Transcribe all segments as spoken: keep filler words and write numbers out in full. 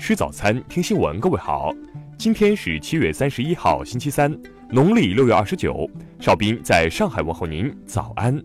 吃早餐，听新闻。各位好，今天是七月三十一号，星期三，农历六月二十九。邵斌在上海问候您，早安。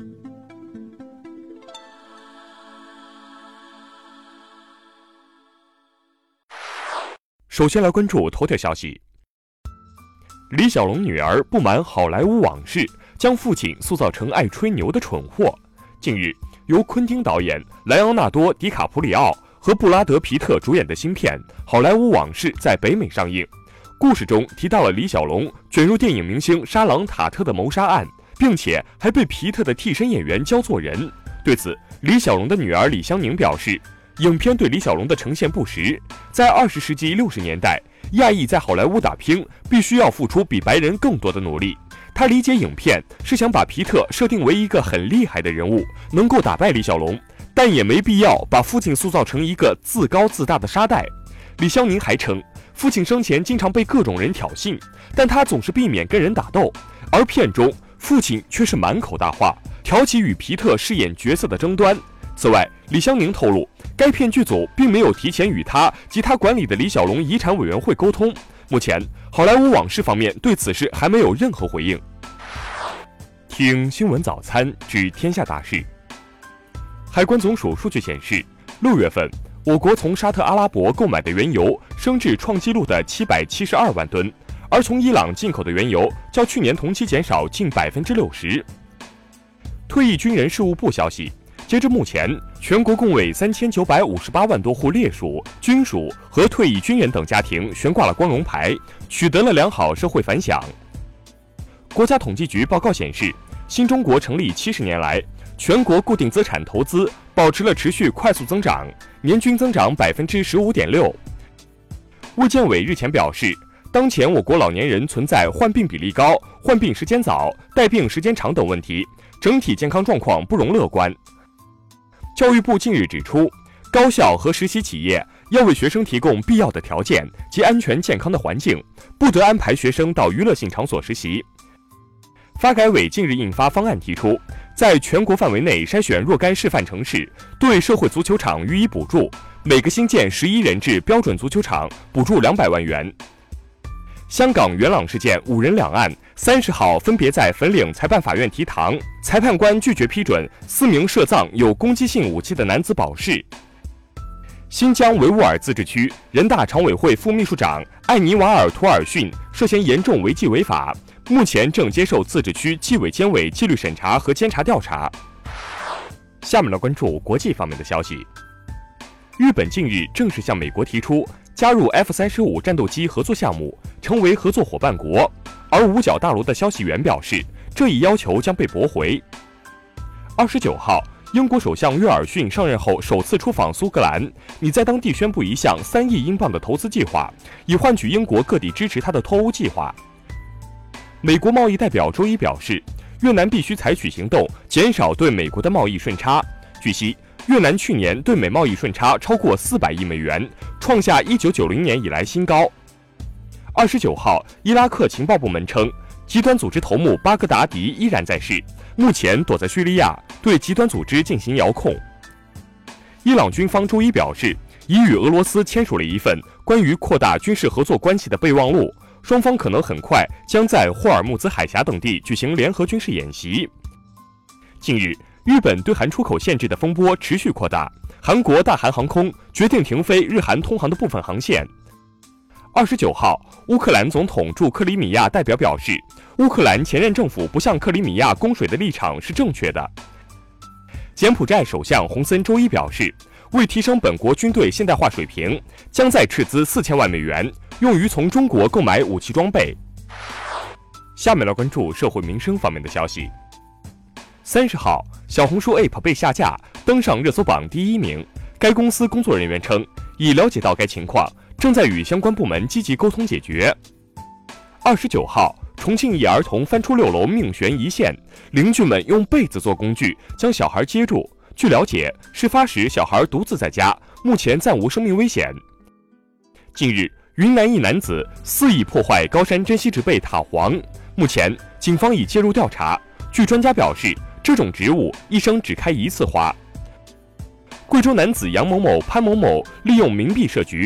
首先来关注头条消息。李小龙女儿不满好莱坞往事，将父亲塑造成爱吹牛的蠢货。近日，由昆汀导演、莱昂纳多·迪卡普里奥和布拉德·皮特主演的新片《好莱坞往事》在北美上映。故事中提到了李小龙卷入电影明星沙朗·塔特的谋杀案，并且还被皮特的替身演员教做人。对此，李小龙的女儿李香宁表示，影片对李小龙的呈现不实。在二十世纪六十年代，亚裔在好莱坞打拼，必须要付出比白人更多的努力。他理解影片是想把皮特设定为一个很厉害的人物，能够打败李小龙，但也没必要把父亲塑造成一个自高自大的沙袋。李香宁还称，父亲生前经常被各种人挑衅，但他总是避免跟人打斗，而片中父亲却是满口大话，挑起与皮特饰演角色的争端。此外，李香宁透露，该片剧组并没有提前与他及他管理的李小龙遗产委员会沟通。目前，好莱坞往事方面对此事还没有任何回应。听新闻早餐知天下大事。海关总署数据显示，六月份我国从沙特阿拉伯购买的原油升至创纪录的七百七十二万吨，而从伊朗进口的原油较去年同期减少近百分之六十。退役军人事务部消息，截至目前，全国共为三千九百五十八万多户烈属、军属和退役军人等家庭悬挂了光荣牌，取得了良好社会反响。国家统计局报告显示，新中国成立七十年来，全国固定资产投资保持了持续快速增长，年均增长百分之十五点六。卫健委日前表示，当前我国老年人存在患病比例高、患病时间早、带病时间长等问题，整体健康状况不容乐观。教育部近日指出，高校和实习企业要为学生提供必要的条件及安全健康的环境，不得安排学生到娱乐性场所实习。发改委近日印发方案，提出在全国范围内筛选若干示范城市，对社会足球场予以补助，每个新建十一人制标准足球场补助两百万元。香港元朗事件五人两案，三十号分别在粉岭裁判法院提堂，裁判官拒绝批准四名涉藏有攻击性武器的男子保释。新疆维吾尔自治区人大常委会副秘书长艾尼瓦尔·图尔逊涉嫌严重违纪违法，目前正接受自治区纪委监委纪律审查和监察调查。下面来关注国际方面的消息。日本近日正式向美国提出加入 F 三十五 战斗机合作项目，成为合作伙伴国，而五角大楼的消息源表示，这一要求将被驳回。二十九号，英国首相约尔逊上任后首次出访苏格兰，拟在当地宣布一项三亿英镑的投资计划，以换取英国各地支持他的脱欧计划。美国贸易代表周一表示，越南必须采取行动，减少对美国的贸易顺差。据悉，越南去年对美贸易顺差超过四百亿美元，创下一九九零年以来新高。二十九号，伊拉克情报部门称，极端组织头目巴格达迪依然在世，目前躲在叙利亚，对极端组织进行遥控。伊朗军方周一表示，已与俄罗斯签署了一份关于扩大军事合作关系的备忘录，双方可能很快将在霍尔木兹海峡等地举行联合军事演习。近日，日本对韩出口限制的风波持续扩大，韩国大韩航空决定停飞日韩通航的部分航线。二十九号，乌克兰总统驻克里米亚代表表示，乌克兰前任政府不向克里米亚供水的立场是正确的。柬埔寨首相洪森周一表示，为提升本国军队现代化水平，将再斥资四千万美元，用于从中国购买武器装备。下面来关注社会民生方面的消息。三十号，小红书 App 被下架，登上热搜榜第一名。该公司工作人员称，已了解到该情况，正在与相关部门积极沟通解决。二十九号，重庆一儿童翻出六楼命悬一线，邻居们用被子做工具将小孩接住。据了解，事发时小孩独自在家，目前暂无生命危险。近日，云南一男子肆意破坏高山珍稀植被塔黄，目前警方已介入调查。据专家表示，这种植物一生只开一次花。贵州男子杨某某、潘某某利用冥币设局，骗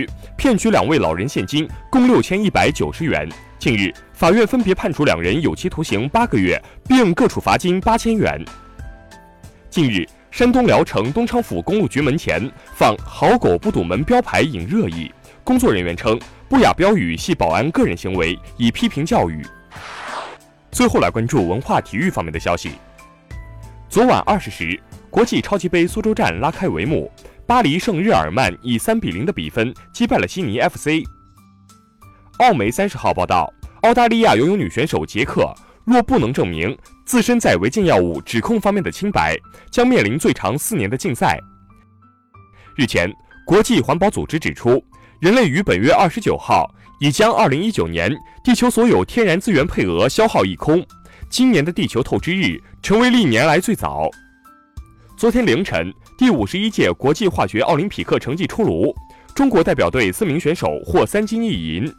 骗取两位老人现金共六千一百九十元。近日，法院分别判处两人有期徒刑八个月，并各处罚金八千元。近日，山东聊城东昌府公路局门前放“好狗不堵门”标牌引热议，工作人员称不雅标语系保安个人行为，以批评教育。最后来关注文化体育方面的消息。昨晚二十时，国际超级杯苏州站拉开帷幕，巴黎圣日耳曼以三比零的比分击败了悉尼 F C。澳媒三十号报道，澳大利亚游泳女选手杰克若不能证明自身在违禁药物指控方面的清白，将面临最长四年的禁赛。日前，国际环保组织指出，人类于本月二十九号已将二零一九年地球所有天然资源配额消耗一空，今年的地球透支日成为历年来最早。昨天凌晨，第五十一届国际化学奥林匹克成绩出炉，中国代表队四名选手获三金一银。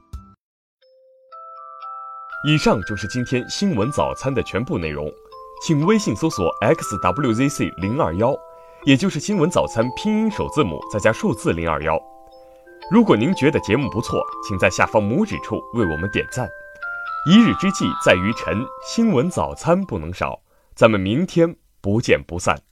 以上就是今天新闻早餐的全部内容，请微信搜索 X W Z C 零二一，也就是新闻早餐拼音首字母再加数字零二一。如果您觉得节目不错，请在下方拇指处为我们点赞。一日之计在于晨，新闻早餐不能少，咱们明天不见不散。